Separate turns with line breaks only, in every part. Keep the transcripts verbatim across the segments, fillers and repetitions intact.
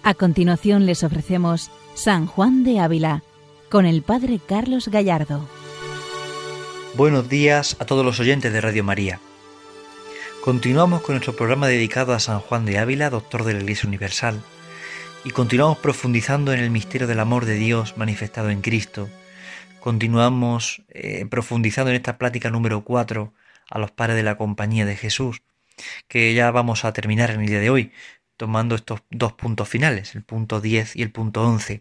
A continuación les ofrecemos San Juan de Ávila con el Padre Carlos Gallardo.
Buenos días a todos los oyentes de Radio María. Continuamos con nuestro programa dedicado a San Juan de Ávila, doctor de la Iglesia Universal, y continuamos profundizando en el misterio del amor de Dios manifestado en Cristo. Continuamos eh, profundizando en esta plática número cuatro a los padres de la Compañía de Jesús, que ya vamos a terminar en el día de hoy, tomando estos dos puntos finales, el punto diez y el punto once.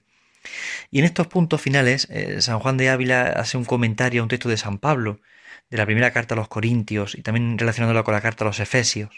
Y en estos puntos finales, eh, San Juan de Ávila hace un comentario a un texto de San Pablo, de la primera carta a los Corintios, y también relacionándolo con la carta a los Efesios,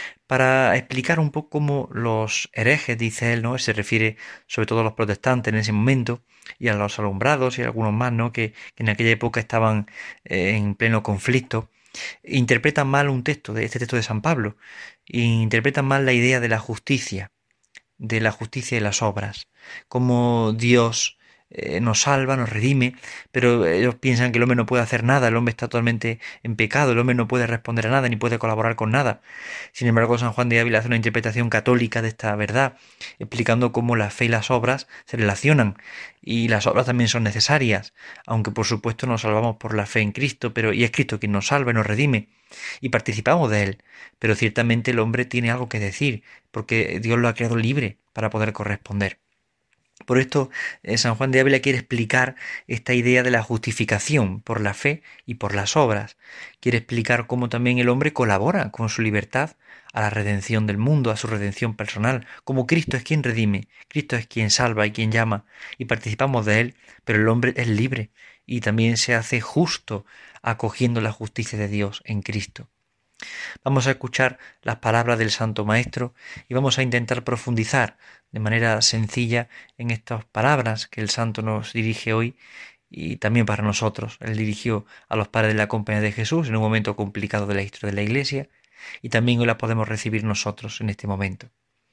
para explicar un poco cómo los herejes, dice él, ¿no? Se refiere sobre todo a los protestantes en ese momento, y a los alumbrados y a algunos más, ¿no? que, que en aquella época estaban eh, en pleno conflicto, interpretan mal un texto, de este texto de San Pablo, e interpretan mal la idea de la justicia, de la justicia y las obras, como Dios eh, nos salva, nos redime, pero ellos piensan que el hombre no puede hacer nada, el hombre está totalmente en pecado, el hombre no puede responder a nada, ni puede colaborar con nada. Sin embargo, San Juan de Ávila hace una interpretación católica de esta verdad, explicando cómo la fe y las obras se relacionan, y las obras también son necesarias, aunque por supuesto nos salvamos por la fe en Cristo, pero y es Cristo quien nos salva y nos redime, y participamos de Él, pero ciertamente el hombre tiene algo que decir, porque Dios lo ha creado libre para poder corresponder. Por esto, eh, San Juan de Ávila quiere explicar esta idea de la justificación por la fe y por las obras. Quiere explicar cómo también el hombre colabora con su libertad a la redención del mundo, a su redención personal, como Cristo es quien redime, Cristo es quien salva y quien llama, y participamos de Él, pero el hombre es libre y también se hace justo acogiendo la justicia de Dios en Cristo. Vamos a escuchar las palabras del Santo Maestro y vamos a intentar profundizar de manera sencilla en estas palabras que el Santo nos dirige hoy y también para nosotros. Él dirigió a los padres de la Compañía de Jesús en un momento complicado de la historia de la Iglesia y también hoy la podemos recibir nosotros en este momento.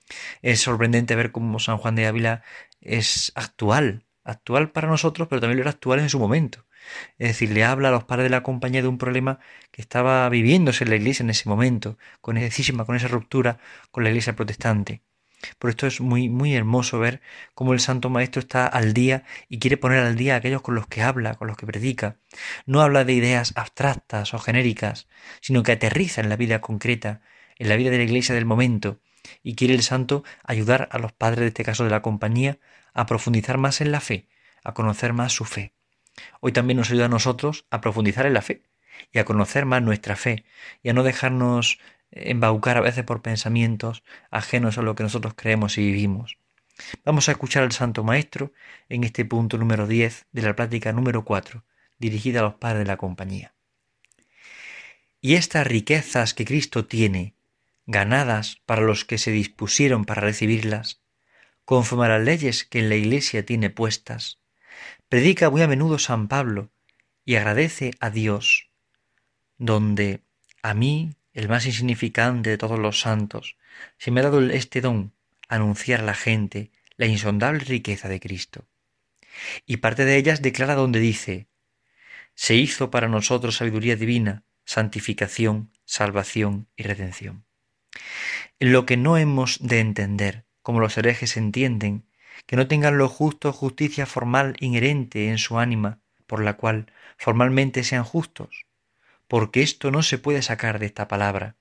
Es sorprendente ver cómo San Juan de Ávila es actual, actual para nosotros, pero también lo era actual en su momento. Es decir, le habla a los padres de la Compañía de un problema que estaba viviéndose en la Iglesia en ese momento, con esa cisma, con esa ruptura con la Iglesia protestante. Por esto es muy, muy hermoso ver cómo el Santo Maestro está al día y quiere poner al día a aquellos con los que habla, con los que predica. No habla de ideas abstractas o genéricas, sino que aterriza en la vida concreta, en la vida de la Iglesia del momento, y quiere el Santo ayudar a los padres, de este caso de la Compañía, a profundizar más en la fe, a conocer más su fe. Hoy también nos ayuda a nosotros a profundizar en la fe y a conocer más nuestra fe y a no dejarnos embaucar a veces por pensamientos ajenos a lo que nosotros creemos y vivimos. Vamos a escuchar al Santo Maestro en este punto número diez de la plática número cuatro, dirigida a los padres de la Compañía. Y estas riquezas que Cristo tiene, ganadas para los que se dispusieron para recibirlas, conforme a las leyes que en la Iglesia tiene puestas, predica muy a menudo San Pablo y agradece a Dios, donde a mí, el más insignificante de todos los santos, se me ha dado este don, anunciar a la gente la insondable riqueza de Cristo. Y parte de ellas declara donde dice: se hizo para nosotros sabiduría divina, santificación, salvación y redención. En lo que no hemos de entender, como los herejes entienden, que no tengan lo justo justicia formal inherente en su ánima, por la cual formalmente sean justos, porque esto no se puede sacar de esta palabra.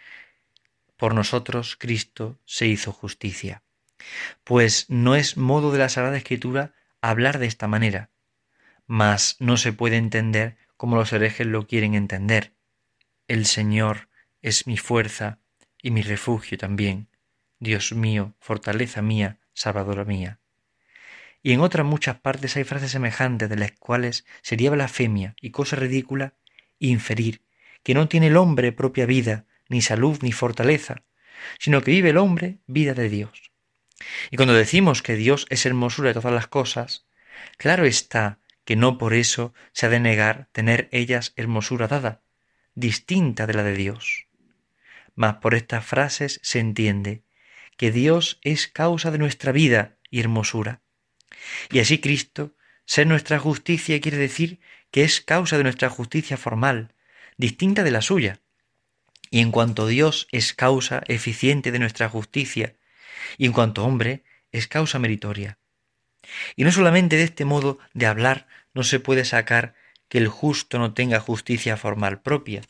Por nosotros Cristo se hizo justicia. Pues no es modo de la Sagrada Escritura hablar de esta manera, mas no se puede entender como los herejes lo quieren entender. El Señor es mi fuerza y mi refugio también, Dios mío, fortaleza mía, salvadora mía. Y en otras muchas partes hay frases semejantes de las cuales sería blasfemia y cosa ridícula inferir que no tiene el hombre propia vida, ni salud, ni fortaleza, sino que vive el hombre vida de Dios. Y cuando decimos que Dios es hermosura de todas las cosas, claro está que no por eso se ha de negar tener ellas hermosura dada, distinta de la de Dios. Mas por estas frases se entiende que Dios es causa de nuestra vida y hermosura. Y así Cristo, ser nuestra justicia, quiere decir que es causa de nuestra justicia formal, distinta de la suya. Y en cuanto Dios es causa eficiente de nuestra justicia, y en cuanto hombre es causa meritoria. Y no solamente de este modo de hablar no se puede sacar que el justo no tenga justicia formal propia,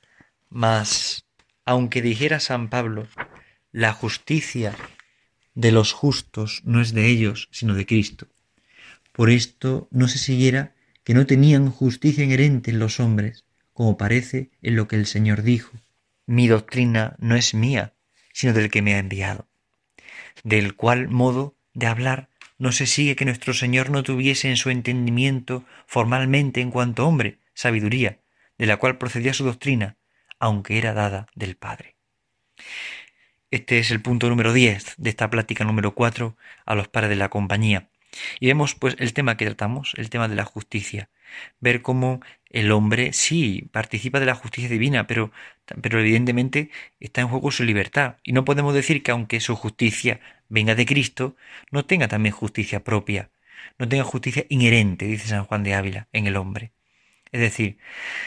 mas, aunque dijera San Pablo, la justicia de los justos no es de ellos, sino de Cristo. Por esto no se siguiera que no tenían justicia inherente en los hombres, como parece en lo que el Señor dijo: mi doctrina no es mía, sino del que me ha enviado. Del cual modo de hablar no se sigue que nuestro Señor no tuviese en su entendimiento formalmente en cuanto hombre sabiduría, de la cual procedía su doctrina, aunque era dada del Padre. Este es el punto número diez de esta plática número cuatro a los padres de la compañía. Y vemos pues el tema que tratamos, el tema de la justicia. Ver cómo el hombre sí participa de la justicia divina, pero, pero evidentemente está en juego su libertad. Y no podemos decir que aunque su justicia venga de Cristo, no tenga también justicia propia, no tenga justicia inherente, dice San Juan de Ávila, en el hombre. Es decir,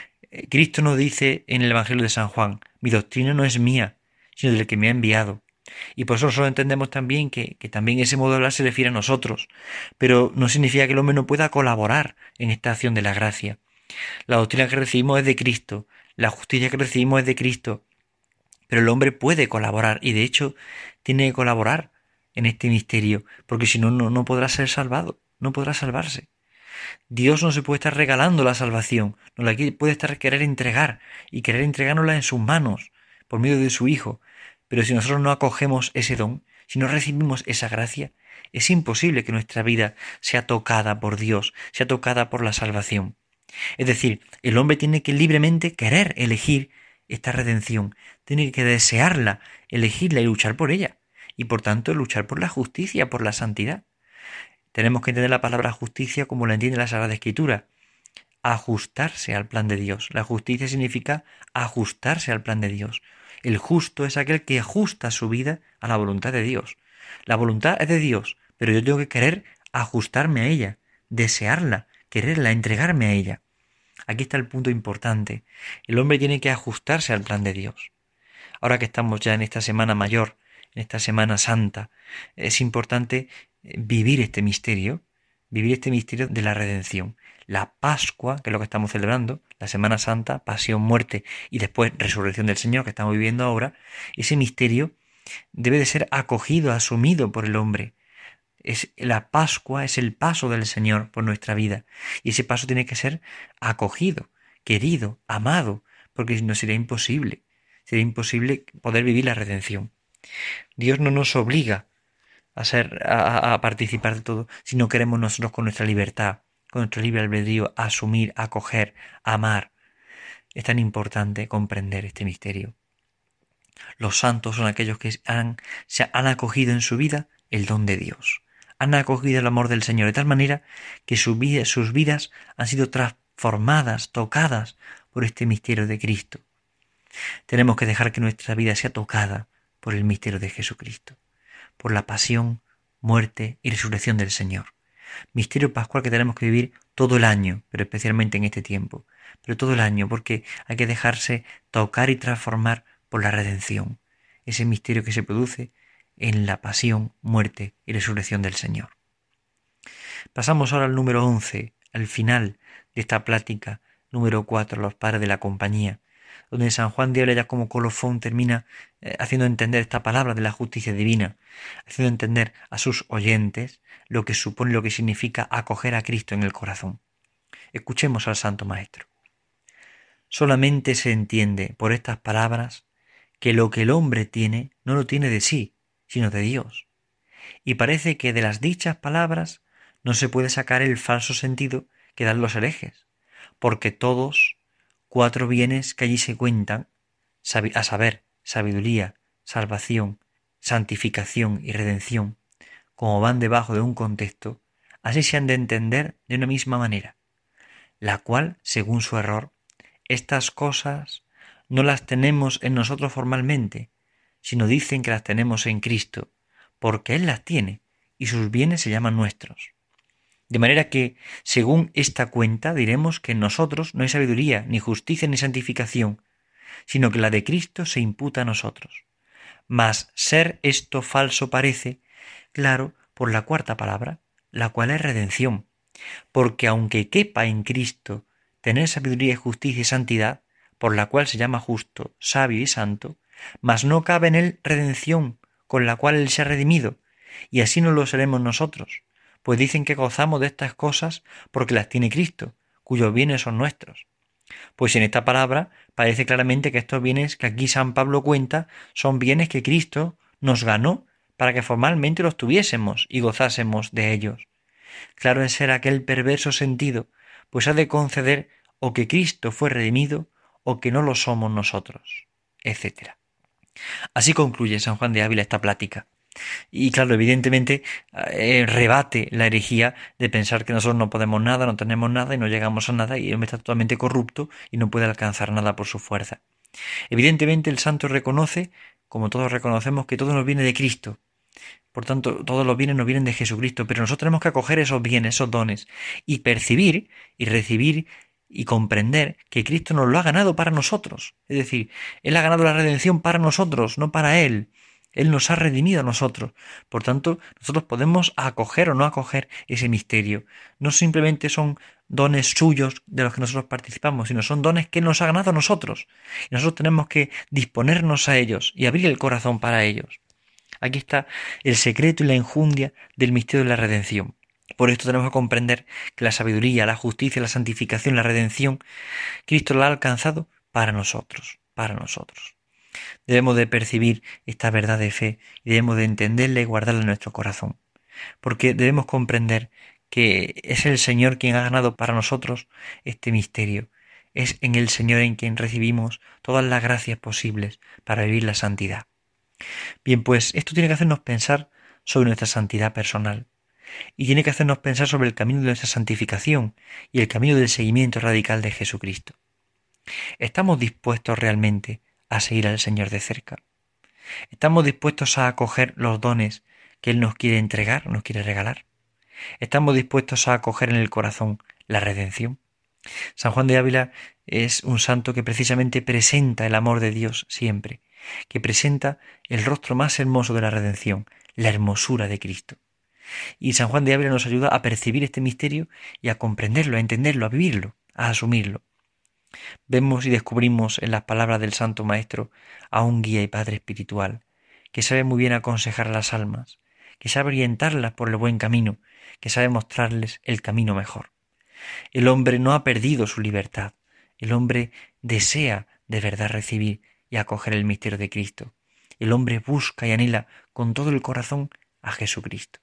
Cristo nos dice en el Evangelio de San Juan: mi doctrina no es mía, sino del que me ha enviado. Y por eso nosotros entendemos también que, que también ese modo de hablar se refiere a nosotros, pero no significa que el hombre no pueda colaborar en esta acción de la gracia. La doctrina que recibimos es de Cristo, la justicia que recibimos es de Cristo, pero el hombre puede colaborar y de hecho tiene que colaborar en este misterio, porque si no, no, no podrá ser salvado, no podrá salvarse. Dios no se puede estar regalando la salvación, nos la puede estar querer entregar y querer entregárnosla en sus manos por medio de su Hijo. Pero si nosotros no acogemos ese don, si no recibimos esa gracia, es imposible que nuestra vida sea tocada por Dios, sea tocada por la salvación. Es decir, el hombre tiene que libremente querer elegir esta redención, tiene que desearla, elegirla y luchar por ella, y por tanto luchar por la justicia, por la santidad. Tenemos que entender la palabra justicia como la entiende la Sagrada Escritura: ajustarse al plan de Dios. La justicia significa ajustarse al plan de Dios. El justo es aquel que ajusta su vida a la voluntad de Dios. La voluntad es de Dios, pero yo tengo que querer ajustarme a ella, desearla, quererla, entregarme a ella. Aquí está el punto importante. El hombre tiene que ajustarse al plan de Dios. Ahora que estamos ya en esta Semana Mayor, en esta Semana Santa, es importante vivir este misterio, vivir este misterio de la redención. La Pascua, que es lo que estamos celebrando, la Semana Santa, pasión, muerte y después resurrección del Señor que estamos viviendo ahora, ese misterio debe de ser acogido, asumido por el hombre. Es, la Pascua es el paso del Señor por nuestra vida y ese paso tiene que ser acogido, querido, amado, porque si no sería imposible, sería imposible poder vivir la redención. Dios no nos obliga a, ser, a, a participar de todo, si no queremos nosotros con nuestra libertad, con nuestro libre albedrío, asumir, acoger, amar. Es tan importante comprender este misterio. Los santos son aquellos que han, se han acogido en su vida el don de Dios. Han acogido el amor del Señor de tal manera que su vida, sus vidas han sido transformadas, tocadas por este misterio de Cristo. Tenemos que dejar que nuestra vida sea tocada por el misterio de Jesucristo, por la pasión, muerte y resurrección del Señor. Misterio pascual que tenemos que vivir todo el año, pero especialmente en este tiempo, pero todo el año, porque hay que dejarse tocar y transformar por la redención, ese misterio que se produce en la pasión, muerte y resurrección del Señor. Pasamos ahora al número once, al final de esta plática, número cuatro, los padres de la compañía, donde San Juan de Ávila ya como colofón termina eh, haciendo entender esta palabra de la justicia divina, haciendo entender a sus oyentes lo que supone, lo que significa acoger a Cristo en el corazón. Escuchemos al Santo Maestro. Solamente se entiende por estas palabras que lo que el hombre tiene no lo tiene de sí, sino de Dios. Y parece que de las dichas palabras no se puede sacar el falso sentido que dan los herejes, porque todos cuatro bienes que allí se cuentan, a saber, sabiduría, salvación, santificación y redención, como van debajo de un contexto, así se han de entender de una misma manera, la cual, según su error, estas cosas no las tenemos en nosotros formalmente, sino dicen que las tenemos en Cristo, porque Él las tiene y sus bienes se llaman nuestros. De manera que, según esta cuenta, diremos que en nosotros no hay sabiduría, ni justicia, ni santificación, sino que la de Cristo se imputa a nosotros. Mas ser esto falso parece, claro, por la cuarta palabra, la cual es redención, porque aunque quepa en Cristo tener sabiduría y justicia y santidad, por la cual se llama justo, sabio y santo, mas no cabe en él redención, con la cual él se ha redimido, y así no lo seremos nosotros, pues dicen que gozamos de estas cosas porque las tiene Cristo, cuyos bienes son nuestros. Pues en esta palabra parece claramente que estos bienes que aquí San Pablo cuenta son bienes que Cristo nos ganó para que formalmente los tuviésemos y gozásemos de ellos. Claro es ser aquel perverso sentido, pues ha de conceder o que Cristo fue redimido o que no lo somos nosotros, etcétera. Así concluye San Juan de Ávila esta plática. Y claro, evidentemente eh, rebate la herejía de pensar que nosotros no podemos nada, no tenemos nada y no llegamos a nada y él está totalmente corrupto y no puede alcanzar nada por su fuerza. Evidentemente el santo reconoce, como todos reconocemos, que todo nos viene de Cristo. Por tanto, todos los bienes nos vienen de Jesucristo, pero nosotros tenemos que acoger esos bienes, esos dones, y percibir y recibir y comprender que Cristo nos lo ha ganado para nosotros. Es decir, Él ha ganado la redención para nosotros, no para Él. Él nos ha redimido a nosotros. Por tanto, nosotros podemos acoger o no acoger ese misterio. No simplemente son dones suyos de los que nosotros participamos, sino son dones que Él nos ha ganado a nosotros. Y nosotros tenemos que disponernos a ellos y abrir el corazón para ellos. Aquí está el secreto y la enjundia del misterio de la redención. Por esto tenemos que comprender que la sabiduría, la justicia, la santificación, la redención, Cristo la ha alcanzado para nosotros, para nosotros. Debemos de percibir esta verdad de fe y debemos de entenderla y guardarla en nuestro corazón, porque debemos comprender que es el Señor quien ha ganado para nosotros este misterio. Es en el Señor en quien recibimos todas las gracias posibles para vivir la santidad. Bien, pues esto tiene que hacernos pensar sobre nuestra santidad personal y tiene que hacernos pensar sobre el camino de nuestra santificación y el camino del seguimiento radical de Jesucristo. ¿Estamos dispuestos realmente a seguir al Señor de cerca? ¿Estamos dispuestos a acoger los dones que Él nos quiere entregar, nos quiere regalar? ¿Estamos dispuestos a acoger en el corazón la redención? San Juan de Ávila es un santo que precisamente presenta el amor de Dios siempre, que presenta el rostro más hermoso de la redención, la hermosura de Cristo. Y San Juan de Ávila nos ayuda a percibir este misterio y a comprenderlo, a entenderlo, a vivirlo, a asumirlo. Vemos y descubrimos en las palabras del Santo Maestro a un guía y padre espiritual, que sabe muy bien aconsejar a las almas, que sabe orientarlas por el buen camino, que sabe mostrarles el camino mejor. El hombre no ha perdido su libertad, el hombre desea de verdad recibir y acoger el misterio de Cristo. El hombre busca y anhela con todo el corazón a Jesucristo.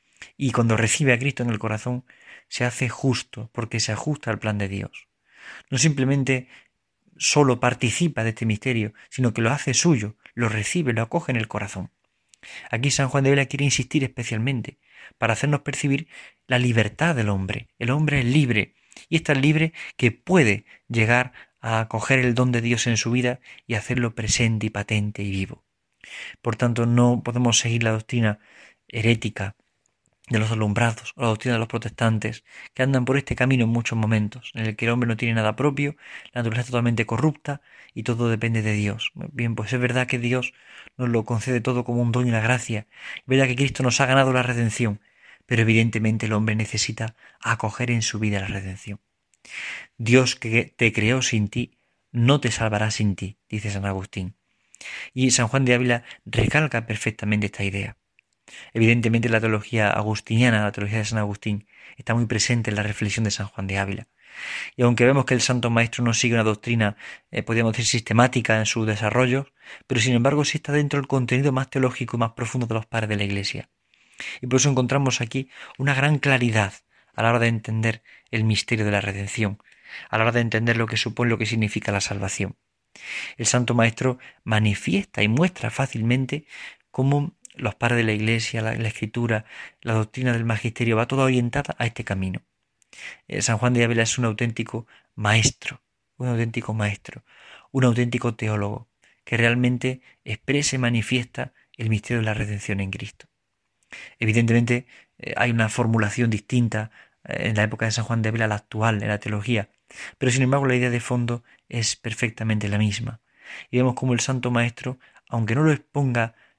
Y cuando recibe a Cristo en el corazón, se hace justo porque se ajusta al plan de Dios. No simplemente solo participa de este misterio, sino que lo hace suyo, lo recibe, lo acoge en el corazón. Aquí San Juan de Ávila quiere insistir especialmente para hacernos percibir la libertad del hombre. El hombre es libre y es tan libre que puede llegar a acoger el don de Dios en su vida y hacerlo presente y patente y vivo. Por tanto, no podemos seguir la doctrina herética de los alumbrados o la doctrina de los protestantes que andan por este camino en muchos momentos, en el que el hombre no tiene nada propio, la naturaleza es totalmente corrupta y todo depende de Dios. Bien, pues es verdad que Dios nos lo concede todo como un don y una gracia, es verdad que Cristo nos ha ganado la redención, pero evidentemente el hombre necesita acoger en su vida la redención. Dios que te creó sin ti, no te salvará sin ti, dice San Agustín. Y San Juan de Ávila recalca perfectamente esta idea. Evidentemente la teología agustiniana, la teología de San Agustín, está muy presente en la reflexión de San Juan de Ávila. Y aunque vemos que el Santo Maestro no sigue una doctrina, eh, podríamos decir, sistemática en su desarrollo, pero sin embargo sí está dentro del contenido más teológico y más profundo de los padres de la Iglesia. Y por eso encontramos aquí una gran claridad a la hora de entender el misterio de la redención, a la hora de entender lo que supone, lo que significa la salvación. El Santo Maestro manifiesta y muestra fácilmente cómo los padres de la Iglesia, la, la Escritura, la doctrina del Magisterio va toda orientada a este camino. Eh, San Juan de Ávila es un auténtico maestro, un auténtico maestro, un auténtico teólogo, que realmente expresa y manifiesta el misterio de la redención en Cristo. Evidentemente eh, hay una formulación distinta eh, en la época de San Juan de Ávila a la actual en la teología, pero sin embargo la idea de fondo es perfectamente la misma. Y vemos como el Santo Maestro, aunque no lo exponga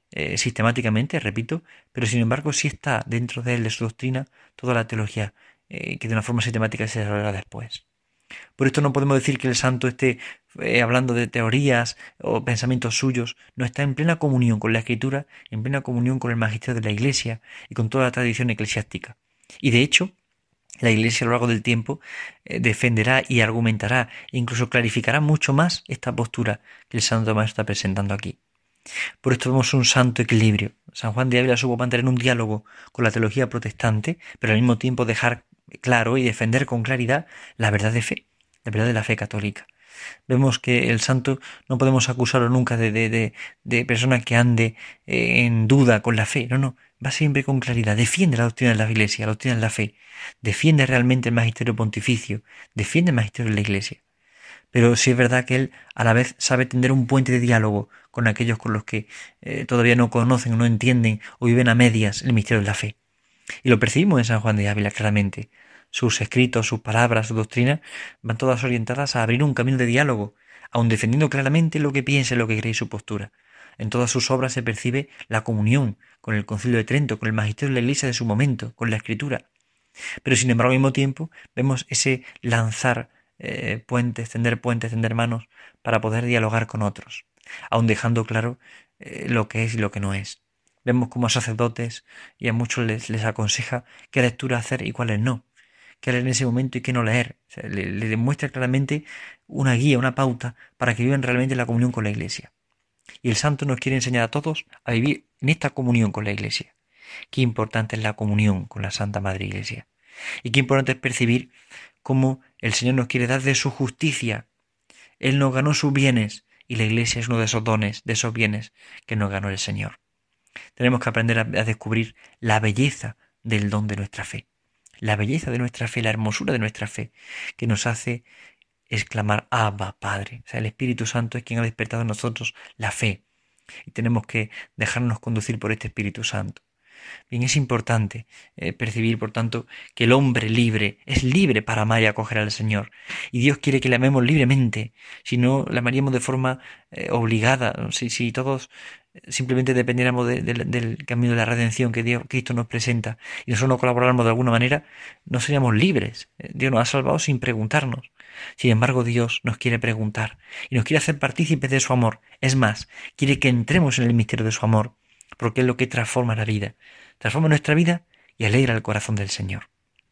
eh, sistemáticamente, repito, pero sin embargo sí está dentro de él, de su doctrina, toda la teología eh, que de una forma sistemática se desarrollará después. Por esto no podemos decir que el santo esté eh, hablando de teorías o pensamientos suyos, no, está en plena comunión con la Escritura, en plena comunión con el magisterio de la Iglesia y con toda la tradición eclesiástica. Y de hecho, la Iglesia a lo largo del tiempo eh, defenderá y argumentará e incluso clarificará mucho más esta postura que el Santo Tomás está presentando aquí. Por esto vemos un santo equilibrio. San Juan de Ávila supo mantener un diálogo con la teología protestante, pero al mismo tiempo dejar claro y defender con claridad la verdad de fe, la verdad de la fe católica. Vemos que el santo no podemos acusarlo nunca de, de, de, de persona que ande eh, en duda con la fe. No, no, va siempre con claridad. Defiende la doctrina de la Iglesia, la doctrina de la fe. Defiende realmente el magisterio pontificio. Defiende el magisterio de la Iglesia. Pero sí es verdad que él a la vez sabe tender un puente de diálogo con aquellos con los que eh, todavía no conocen o no entienden o viven a medias el misterio de la fe. Y lo percibimos en San Juan de Ávila claramente. Sus escritos, sus palabras, su doctrina van todas orientadas a abrir un camino de diálogo, aun defendiendo claramente lo que piensa y lo que cree y su postura. En todas sus obras se percibe la comunión con el Concilio de Trento, con el magisterio de la Iglesia de su momento, con la Escritura. Pero sin embargo al mismo tiempo vemos ese lanzar eh, puentes, tender puentes, tender manos para poder dialogar con otros, aun dejando claro eh, lo que es y lo que no es. Vemos como a sacerdotes y a muchos les, les aconseja qué lectura hacer y cuáles no, qué leer en ese momento y qué no leer. O sea, le, le demuestra claramente una guía, una pauta para que vivan realmente la comunión con la Iglesia. Y el santo nos quiere enseñar a todos a vivir en esta comunión con la Iglesia. Qué importante es la comunión con la Santa Madre Iglesia. Y qué importante es percibir cómo el Señor nos quiere dar de su justicia. Él nos ganó sus bienes y la Iglesia es uno de esos dones, de esos bienes que nos ganó el Señor. Tenemos que aprender a, a descubrir la belleza del don de nuestra fe. La belleza de nuestra fe, la hermosura de nuestra fe, que nos hace exclamar Abba, Padre. O sea, el Espíritu Santo es quien ha despertado en nosotros la fe. Y tenemos que dejarnos conducir por este Espíritu Santo. Bien, es importante eh, percibir, por tanto, que el hombre libre es libre para amar y acoger al Señor. Y Dios quiere que le amemos libremente, si no la amaríamos de forma eh, obligada, si, si todos simplemente dependiéramos de, de, del camino de la redención que Dios, Cristo nos presenta y nosotros no colaboráramos de alguna manera, no seríamos libres. Dios nos ha salvado sin preguntarnos. Sin embargo, Dios nos quiere preguntar y nos quiere hacer partícipes de su amor. Es más, quiere que entremos en el misterio de su amor, porque es lo que transforma la vida, transforma nuestra vida y alegra el corazón del Señor.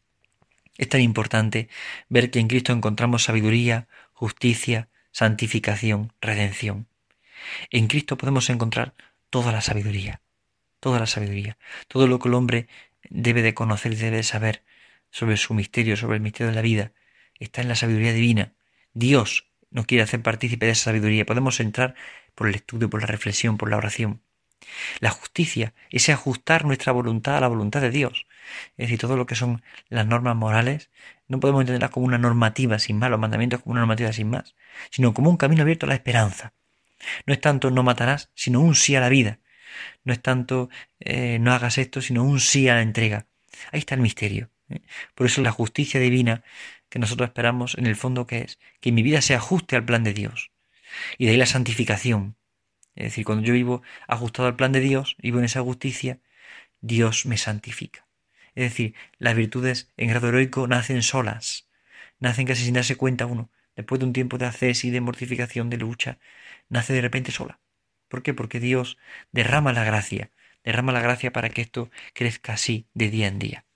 Es tan importante ver que en Cristo encontramos sabiduría, justicia, santificación, redención. En Cristo podemos encontrar toda la sabiduría, toda la sabiduría, todo lo que el hombre debe de conocer y debe de saber sobre su misterio, sobre el misterio de la vida, está en la sabiduría divina. Dios nos quiere hacer partícipe de esa sabiduría. Podemos entrar por el estudio, por la reflexión, por la oración. La justicia es ajustar nuestra voluntad a la voluntad de Dios. Es decir, todo lo que son las normas morales no podemos entenderlas como una normativa sin más, los mandamientos como una normativa sin más, sino como un camino abierto a la esperanza. No es tanto no matarás, sino un sí a la vida. No es tanto eh, no hagas esto, sino un sí a la entrega. Ahí está el misterio. ¿eh? Por eso la justicia divina que nosotros esperamos, en el fondo, ¿qué es? Que mi vida se ajuste al plan de Dios. Y de ahí la santificación. Es decir, cuando yo vivo ajustado al plan de Dios, vivo en esa justicia, Dios me santifica. Es decir, las virtudes en grado heroico nacen solas, nacen casi sin darse cuenta uno. Después de un tiempo de ascesis, de mortificación, de lucha, nace de repente sola. ¿Por qué? Porque Dios derrama la gracia, derrama la gracia para que esto crezca así de día en día.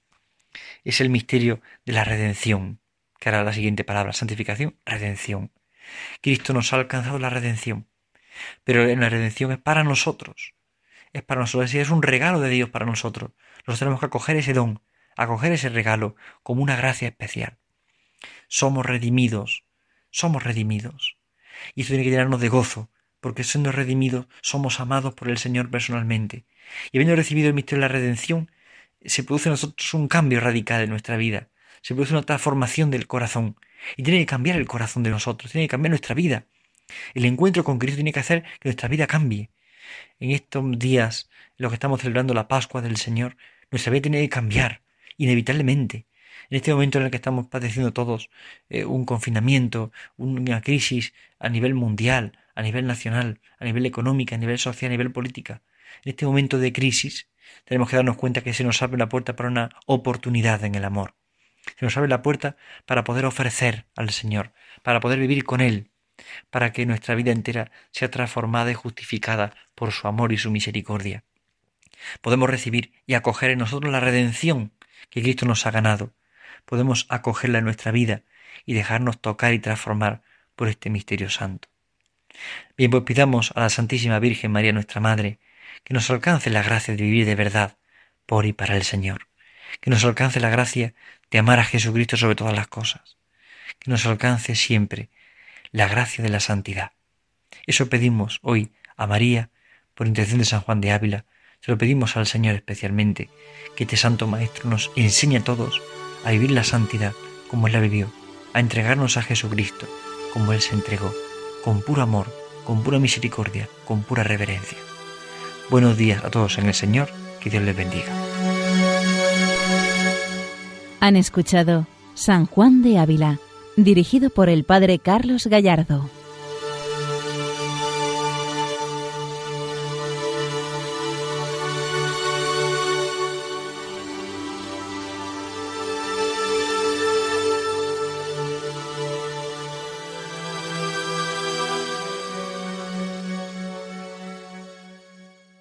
Es el misterio de la redención, que hará la siguiente palabra, santificación, redención. Cristo nos ha alcanzado la redención. Pero la redención es para nosotros, es para nosotros, es un regalo de Dios para nosotros. Nosotros tenemos que acoger ese don, acoger ese regalo como una gracia especial. Somos redimidos, somos redimidos. Y esto tiene que llenarnos de gozo, porque siendo redimidos somos amados por el Señor personalmente. Y habiendo recibido el misterio de la redención, se produce en nosotros un cambio radical en nuestra vida, se produce una transformación del corazón. Y tiene que cambiar el corazón de nosotros, tiene que cambiar nuestra vida. El encuentro con Cristo tiene que hacer que nuestra vida cambie. En estos días, en los que estamos celebrando la Pascua del Señor, nuestra vida tiene que cambiar, inevitablemente. En este momento en el que estamos padeciendo todos eh, un confinamiento, una crisis a nivel mundial, a nivel nacional, a nivel económico, a nivel social, a nivel política, En este momento de crisis tenemos que darnos cuenta que se nos abre la puerta para una oportunidad en el amor. Se nos abre la puerta para poder ofrecer al Señor, para poder vivir con Él, para que nuestra vida entera sea transformada y justificada por su amor y su misericordia. Podemos recibir y acoger en nosotros la redención que Cristo nos ha ganado. Podemos acogerla en nuestra vida y dejarnos tocar y transformar por este misterio santo. Bien, pues pidamos a la Santísima Virgen María, nuestra Madre, que nos alcance la gracia de vivir de verdad por y para el Señor, que nos alcance la gracia de amar a Jesucristo sobre todas las cosas, que nos alcance siempre la gracia de la santidad. Eso pedimos hoy a María, por intención de San Juan de Ávila, se lo pedimos al Señor especialmente, que este Santo Maestro nos enseñe a todos a vivir la santidad como Él la vivió, a entregarnos a Jesucristo como Él se entregó, con puro amor, con pura misericordia, con pura reverencia. Buenos días a todos en el Señor, que Dios les bendiga.
Han escuchado San Juan de Ávila, dirigido por el Padre Carlos Gallardo.